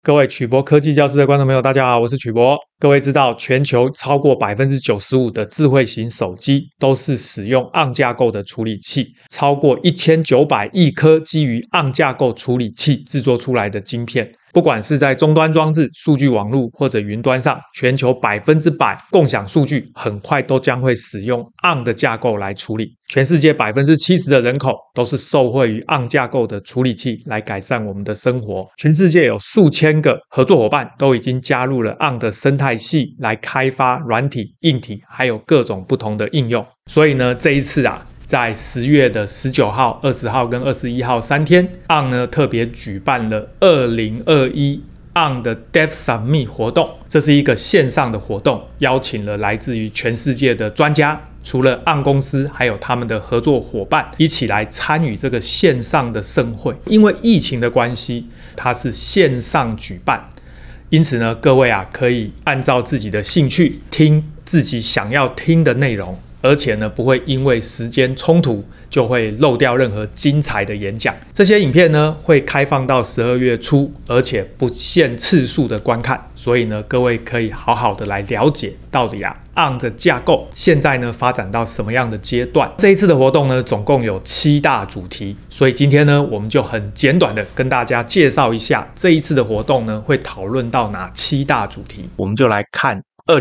各位曲博科技教室的观众朋友，大家好，我是曲博。各位知道，全球超过95%的智慧型手机都是使用 ARM 架构的处理器，超过1900亿颗基于 ARM 架构处理器制作出来的晶片。不管是在终端装置、数据网络或者云端上，全球100%共享数据很快都将会使用 ARM 的架构来处理。全世界70%的人口都是受惠于 ARM 架构的处理器来改善我们的生活。全世界有数千个合作伙伴都已经加入了 ARM 的生态系来开发软体、硬体，还有各种不同的应用。所以呢，这一次在10月的19号、20号跟21号3天 ，ARM 呢特别举办了2021 ARM 的 Dev Summit 活动。这是一个线上的活动，邀请了来自于全世界的专家，除了 ARM 公司，还有他们的合作伙伴一起来参与这个线上的盛会。因为疫情的关系，它是线上举办，因此呢，各位可以按照自己的兴趣听自己想要听的内容。而且呢，不会因为时间冲突就会漏掉任何精彩的演讲。这些影片呢会开放到12月初，而且不限次数的观看。所以呢，各位可以好好的来了解到底ARM 的架构现在呢发展到什么样的阶段。这一次的活动呢总共有7大主题，所以今天呢我们就很简短的跟大家介绍一下这一次的活动呢会讨论到哪7大主题。我们就来看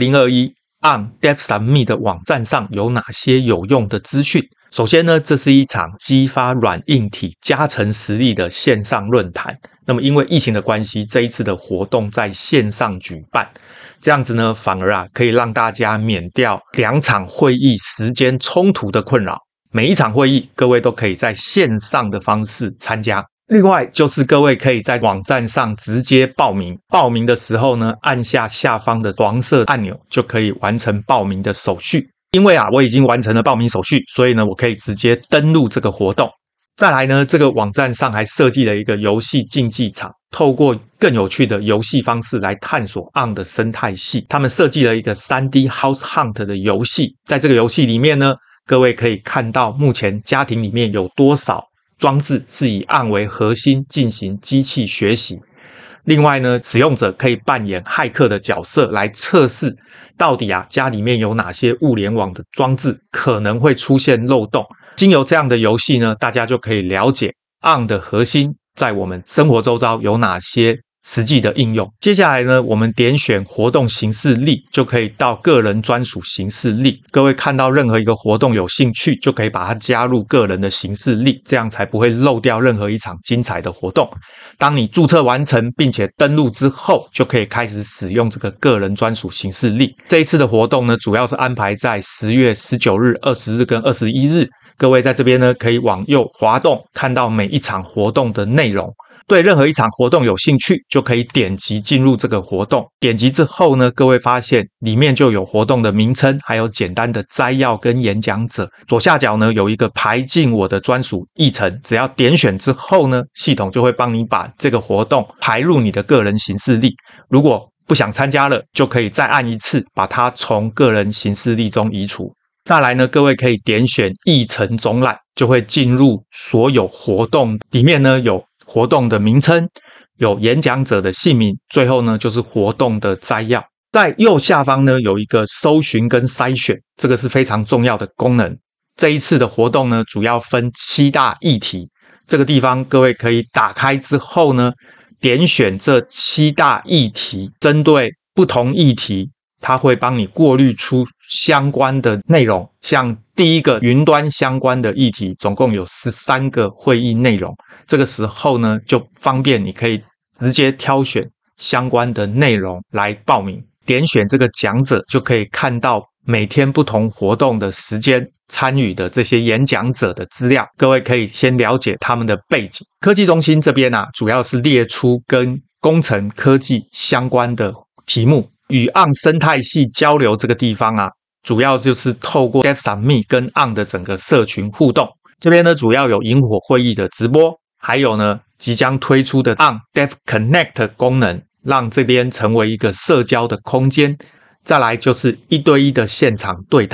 2021ARM Dev Summit 的网站上有哪些有用的资讯。首先呢，这是一场激发软硬体加成实力的线上论坛。那么因为疫情的关系，这一次的活动在线上举办，这样子呢反而可以让大家免掉2场会议时间冲突的困扰。每一场会议各位都可以在线上的方式参加。另外就是各位可以在网站上直接报名，报名的时候呢，按下下方的黄色按钮就可以完成报名的手续。因为我已经完成了报名手续，所以呢，我可以直接登录这个活动。再来呢，这个网站上还设计了一个游戏竞技场，透过更有趣的游戏方式来探索 ARM 的生态系。他们设计了一个 3D House Hunt 的游戏，在这个游戏里面呢，各位可以看到目前家庭里面有多少装置是以 ARM 为核心进行机器学习。另外呢，使用者可以扮演骇客的角色来测试到底家里面有哪些物联网的装置可能会出现漏洞。经由这样的游戏呢，大家就可以了解 ARM 的核心在我们生活周遭有哪些实际的应用。接下来呢，我们点选活动行事历，就可以到个人专属行事历。各位看到任何一个活动有兴趣，就可以把它加入个人的行事历，这样才不会漏掉任何一场精彩的活动。当你注册完成并且登录之后，就可以开始使用这个个人专属行事历。这一次的活动呢，主要是安排在10月19日、20日跟21日。各位在这边呢，可以往右滑动，看到每一场活动的内容。对任何一场活动有兴趣，就可以点击进入这个活动。点击之后呢，各位发现里面就有活动的名称，还有简单的摘要跟演讲者。左下角呢有一个排进我的专属议程，只要点选之后呢，系统就会帮你把这个活动排入你的个人行事历。如果不想参加了，就可以再按一次，把它从个人行事历中移除。再来呢，各位可以点选议程总览，就会进入所有活动里面呢有活动的名称，有演讲者的姓名，最后呢就是活动的摘要。在右下方呢有一个搜寻跟筛选，这个是非常重要的功能。这一次的活动呢主要分7大议题，这个地方各位可以打开之后呢，点选这7大议题，针对不同议题它会帮你过滤出相关的内容。像第一个云端相关的议题总共有13个会议内容，这个时候呢就方便你可以直接挑选相关的内容来报名。点选这个讲者就可以看到每天不同活动的时间参与的这些演讲者的资料，各位可以先了解他们的背景。科技中心这边主要是列出跟工程科技相关的题目。与 ARM 生态系交流这个地方主要就是透过 Dev Summit 跟 ARM 的整个社群互动。这边呢主要有萤火会议的直播，还有呢即将推出的 ARM Dev Connect 功能，让这边成为一个社交的空间。再来就是1对1的现场对谈。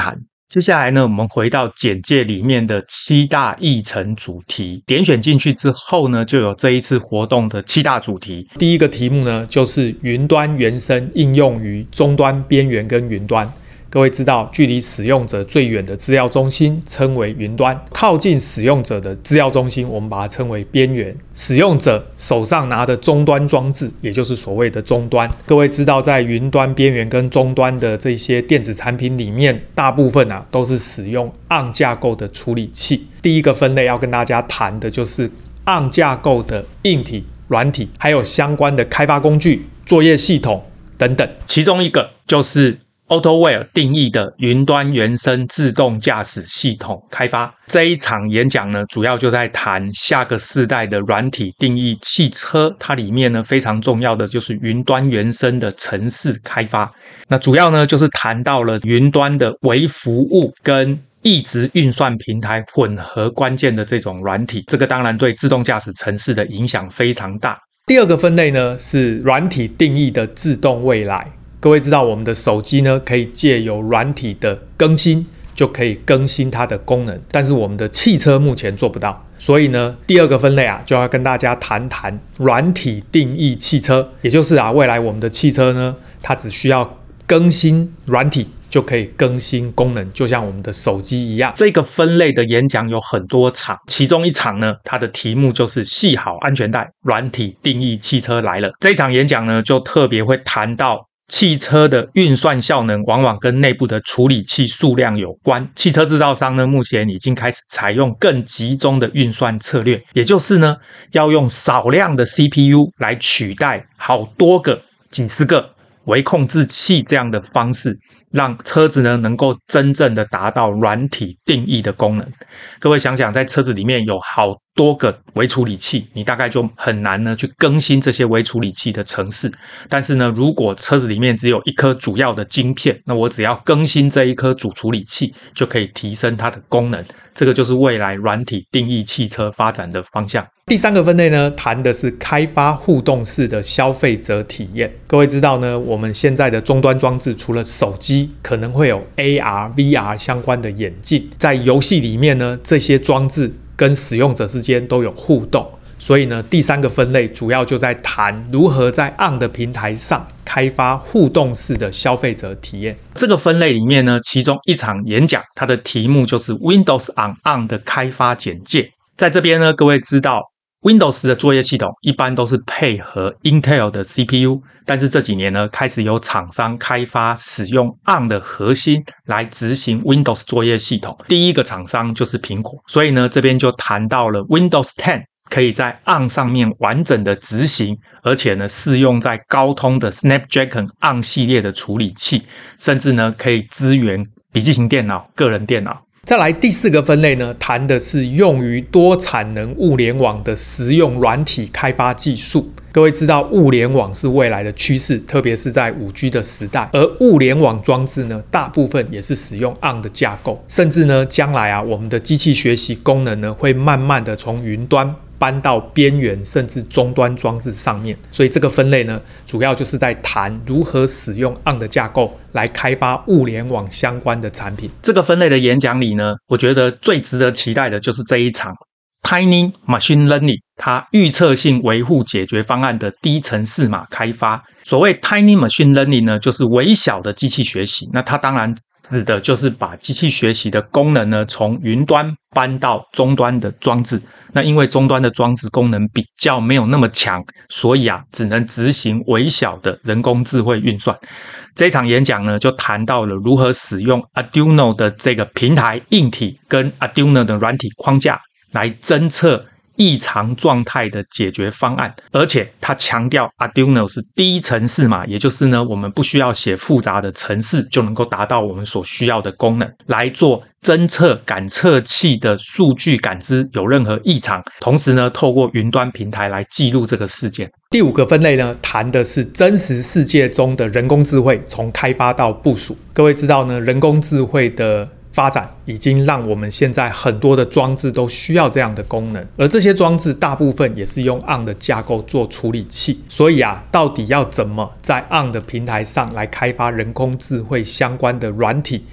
接下来呢，我们回到简介里面的7大议程主题，点选进去之后呢，就有这一次活动的7大主题。第一个题目呢，就是云端原生应用于终端边缘跟云端。各位知道，距离使用者最远的资料中心称为云端，靠近使用者的资料中心我们把它称为边缘。使用者手上拿的终端装置，也就是所谓的终端。各位知道，在云端边缘跟终端的这些电子产品里面，大部分都是使用 ARM 架构的处理器。第一个分类要跟大家谈的就是 ARM 架构的硬体、软体，还有相关的开发工具、作业系统等等。其中一个就是AutoWare 定义的云端原生自动驾驶系统开发。这一场演讲呢，主要就在谈下个世代的软体定义汽车，它里面呢非常重要的就是云端原生的程式开发。那主要呢就是谈到了云端的微服务跟异质运算平台混合关键的这种软体，这个当然对自动驾驶程式的影响非常大。第二个分类呢是软体定义的自动未来。各位知道，我们的手机呢可以借由软体的更新就可以更新它的功能，但是我们的汽车目前做不到。所以呢，第二个分类就要跟大家谈谈软体定义汽车，也就是未来我们的汽车呢，它只需要更新软体就可以更新功能，就像我们的手机一样。这个分类的演讲有很多场，其中一场呢，它的题目就是系好安全带，软体定义汽车来了。这一场演讲呢，就特别会谈到汽车的运算效能往往跟内部的处理器数量有关。汽车制造商呢，目前已经开始采用更集中的运算策略，也就是呢，要用少量的 CPU 来取代好多个、几十个微控制器这样的方式，让车子呢能够真正的达到软体定义的功能。各位想想，在车子里面有好多个微处理器，你大概就很难呢去更新这些微处理器的程式。但是呢，如果车子里面只有一颗主要的晶片，那我只要更新这一颗主处理器，就可以提升它的功能。这个就是未来软体定义汽车发展的方向。第三个分类呢，谈的是开发互动式的消费者体验。各位知道呢，我们现在的终端装置除了手机，可能会有 AR、VR 相关的眼镜，在游戏里面呢，这些装置跟使用者之间都有互动。所以呢，第三个分类主要就在谈如何在 ARM 的平台上开发互动式的消费者体验。这个分类里面呢，其中一场演讲，它的题目就是 Windows on ARM 的开发简介。在这边呢，各位知道 Windows 的作业系统一般都是配合 Intel 的 CPU， 但是这几年呢，开始有厂商开发使用 ARM 的核心来执行 Windows 作业系统。第一个厂商就是苹果，所以呢，这边就谈到了 Windows 10可以在 ARM 上面完整的执行，而且呢适用在高通的 Snapdragon ARM 系列的处理器，甚至呢可以支援笔记型电脑、个人电脑。再来第四个分类呢，谈的是用于多产能物联网的实用软体开发技术。各位知道，物联网是未来的趋势，特别是在 5G 的时代，而物联网装置呢，大部分也是使用 ARM 的架构，甚至呢，将来我们的机器学习功能呢，会慢慢的从云端搬到边缘甚至终端装置上面。所以这个分类呢，主要就是在谈如何使用 ARM 的架构来开发物联网相关的产品。这个分类的演讲里呢，我觉得最值得期待的就是这一场 Tiny Machine Learning 它预测性维护解决方案的低程式码开发。所谓 Tiny Machine Learning 呢，就是微小的机器学习。那它当然指的就是把机器学习的功能呢，从云端搬到终端的装置。那因为终端的装置功能比较没有那么强，所以只能执行微小的人工智慧运算。这场演讲呢，就谈到了如何使用 Arduino 的这个平台硬体跟 Arduino 的软体框架来侦测异常状态的解决方案，而且他强调 Arduino 是低程式码，也就是呢，我们不需要写复杂的程式就能够达到我们所需要的功能，来做侦测感测器的数据感知有任何异常，同时呢，透过云端平台来记录这个事件。第五个分类呢，谈的是真实世界中的人工智慧从开发到部署。各位知道呢，人工智慧的发展已经让我们现在很多的装置都需要这样的功能，而这些装置大部分也是用 ARM 的架构做处理器。所以到底要怎么在 ARM 的平台上来开发人工智慧相关的软体，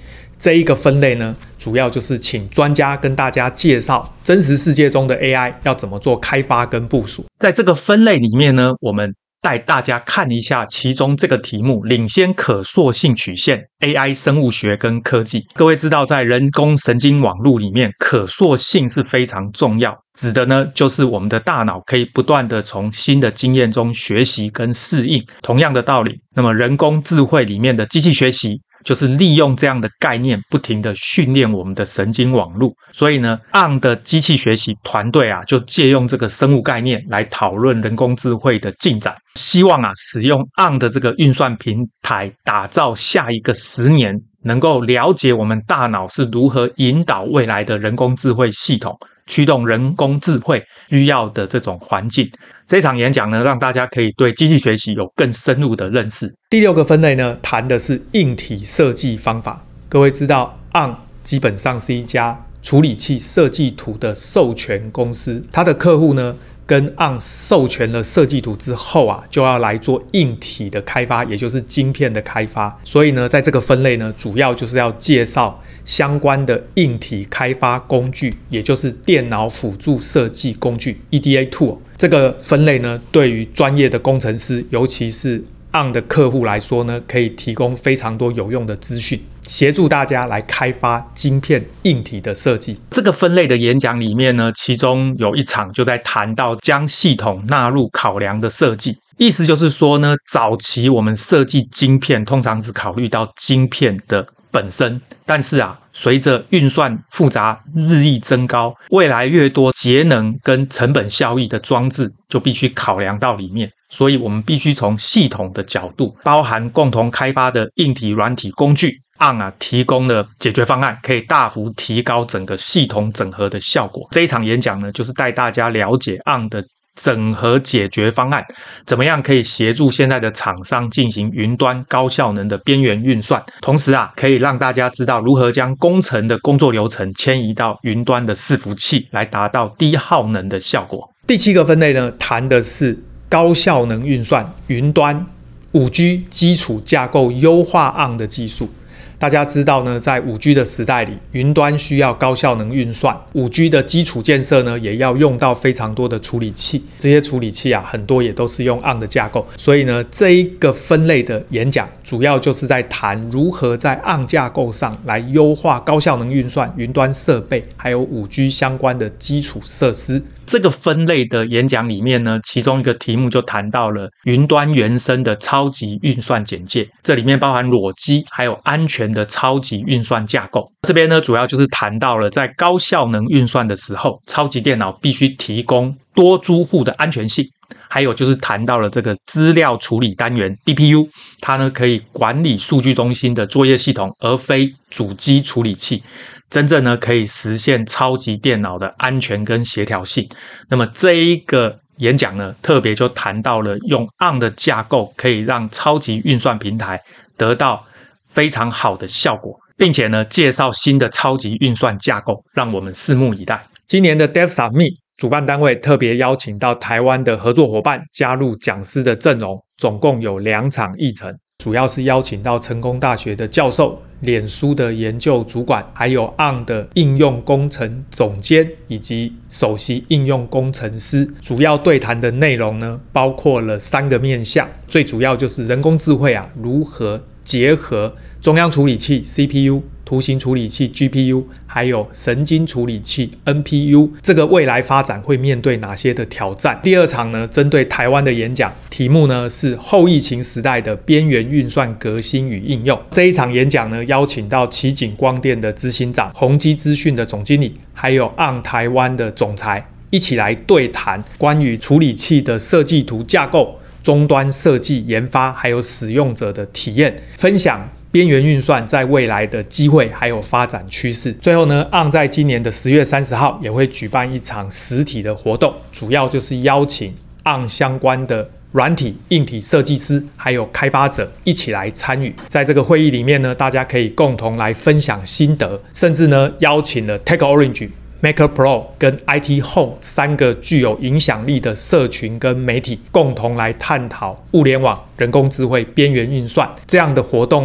这一个分类呢，主要就是请专家跟大家介绍真实世界中的 AI 要怎么做开发跟部署。在这个分类里面呢，我们带大家看一下其中这个题目领先可塑性曲线 AI 生物学跟科技。各位知道在人工神经网络里面可塑性是非常重要，指的呢就是我们的大脑可以不断的从新的经验中学习跟适应。同样的道理，那么人工智慧里面的机器学习就是利用这样的概念不停的训练我们的神经网络。所以呢 ARM 的机器学习团队就借用这个生物概念来讨论人工智慧的进展，希望使用 ARM 的这个运算平台打造下一个10年能够了解我们大脑是如何引导未来的人工智慧系统驱动人工智慧需要的这种环境。这场演讲呢，让大家可以对机器学习有更深入的认识。第6个分类呢，谈的是硬体设计方法。各位知道 ARM 基本上是一家处理器设计图的授权公司，它的客户呢跟 ARM 授权了设计图之后就要来做硬体的开发，也就是晶片的开发。所以呢，在这个分类呢，主要就是要介绍相关的硬体开发工具，也就是电脑辅助设计工具 EDA tool。这个分类呢，对于专业的工程师，尤其是 ARM 的客户来说呢，可以提供非常多有用的资讯，协助大家来开发晶片硬体的设计。这个分类的演讲里面呢，其中有一场就在谈到将系统纳入考量的设计。意思就是说呢，早期我们设计晶片通常只考虑到晶片的本身，但是随着运算复杂日益增高，未来越多节能跟成本效益的装置就必须考量到里面。所以我们必须从系统的角度，包含共同开发的硬体软体工具，ARM提供的解决方案可以大幅提高整个系统整合的效果。这一场演讲呢，就是带大家了解 ARM 的整合解决方案，怎么样可以协助现在的厂商进行云端高效能的边缘运算，同时可以让大家知道如何将工程的工作流程迁移到云端的伺服器，来达到低耗能的效果。第7个分类呢，谈的是高效能运算、云端、5G 基础架构优化 ARM 的技术。大家知道呢，在 5G 的时代里，云端需要高效能运算， 5G 的基础建设呢，也要用到非常多的处理器。这些处理器很多也都是用 ARM 的架构。所以呢，这一个分类的演讲主要就是在谈如何在 ARM 架构上来优化高效能运算、云端设备，还有 5G 相关的基础设施。这个分类的演讲里面呢，其中一个题目就谈到了云端原生的超级运算简介，这里面包含裸机还有安全的超级运算架构。这边呢，主要就是谈到了在高效能运算的时候，超级电脑必须提供多租户的安全性，还有就是谈到了这个资料处理单元 DPU， 它呢可以管理数据中心的作业系统，而非主机处理器，真正呢可以实现超级电脑的安全跟协调性。那么这一个演讲呢，特别就谈到了用 ARM 的架构可以让超级运算平台得到非常好的效果，并且呢介绍新的超级运算架构，让我们拭目以待。今年的 DevSummit 主办单位特别邀请到台湾的合作伙伴加入讲师的阵容，总共有2场议程，主要是邀请到成功大学的教授、脸书的研究主管，还有 ARM 的应用工程总监以及首席应用工程师。主要对谈的内容呢，包括了3个面向，最主要就是人工智慧如何结合中央处理器 CPU、图形处理器 GPU， 还有神经处理器 NPU， 这个未来发展会面对哪些的挑战。第2场呢，针对台湾的演讲，题目呢是后疫情时代的边缘运算革新与应用。这一场演讲呢，邀请到奇景光电的执行长、宏基资讯的总经理，还有 ARM 台湾的总裁，一起来对谈关于处理器的设计图架构、终端设计研发，还有使用者的体验，分享边缘运算在未来的机会还有发展趋势。最后呢 ARM 在今年的10月30号也会举办一场实体的活动，主要就是邀请 ARM 相关的软体、硬体设计师还有开发者一起来参与。在这个会议里面呢，大家可以共同来分享心得，甚至呢邀请了 TechOrange、Maker Pro 跟 IT Home 3个具有影响力的社群跟媒体，共同来探讨物联网、人工智慧、边缘运算这样的活动呢。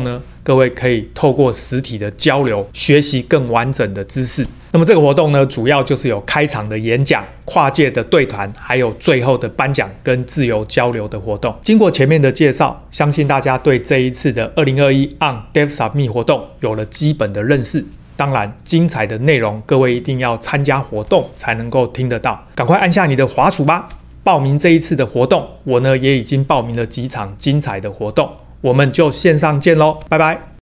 各位可以透过实体的交流，学习更完整的知识。那么这个活动呢，主要就是有开场的演讲、跨界的对谈，还有最后的颁奖跟自由交流的活动。经过前面的介绍，相信大家对这一次的2021 On Dev Summit 活动有了基本的认识。当然，精彩的内容各位一定要参加活动才能够听得到。赶快按下你的滑鼠吧，报名这一次的活动。我呢也已经报名了几场精彩的活动，我们就线上见咯，拜拜。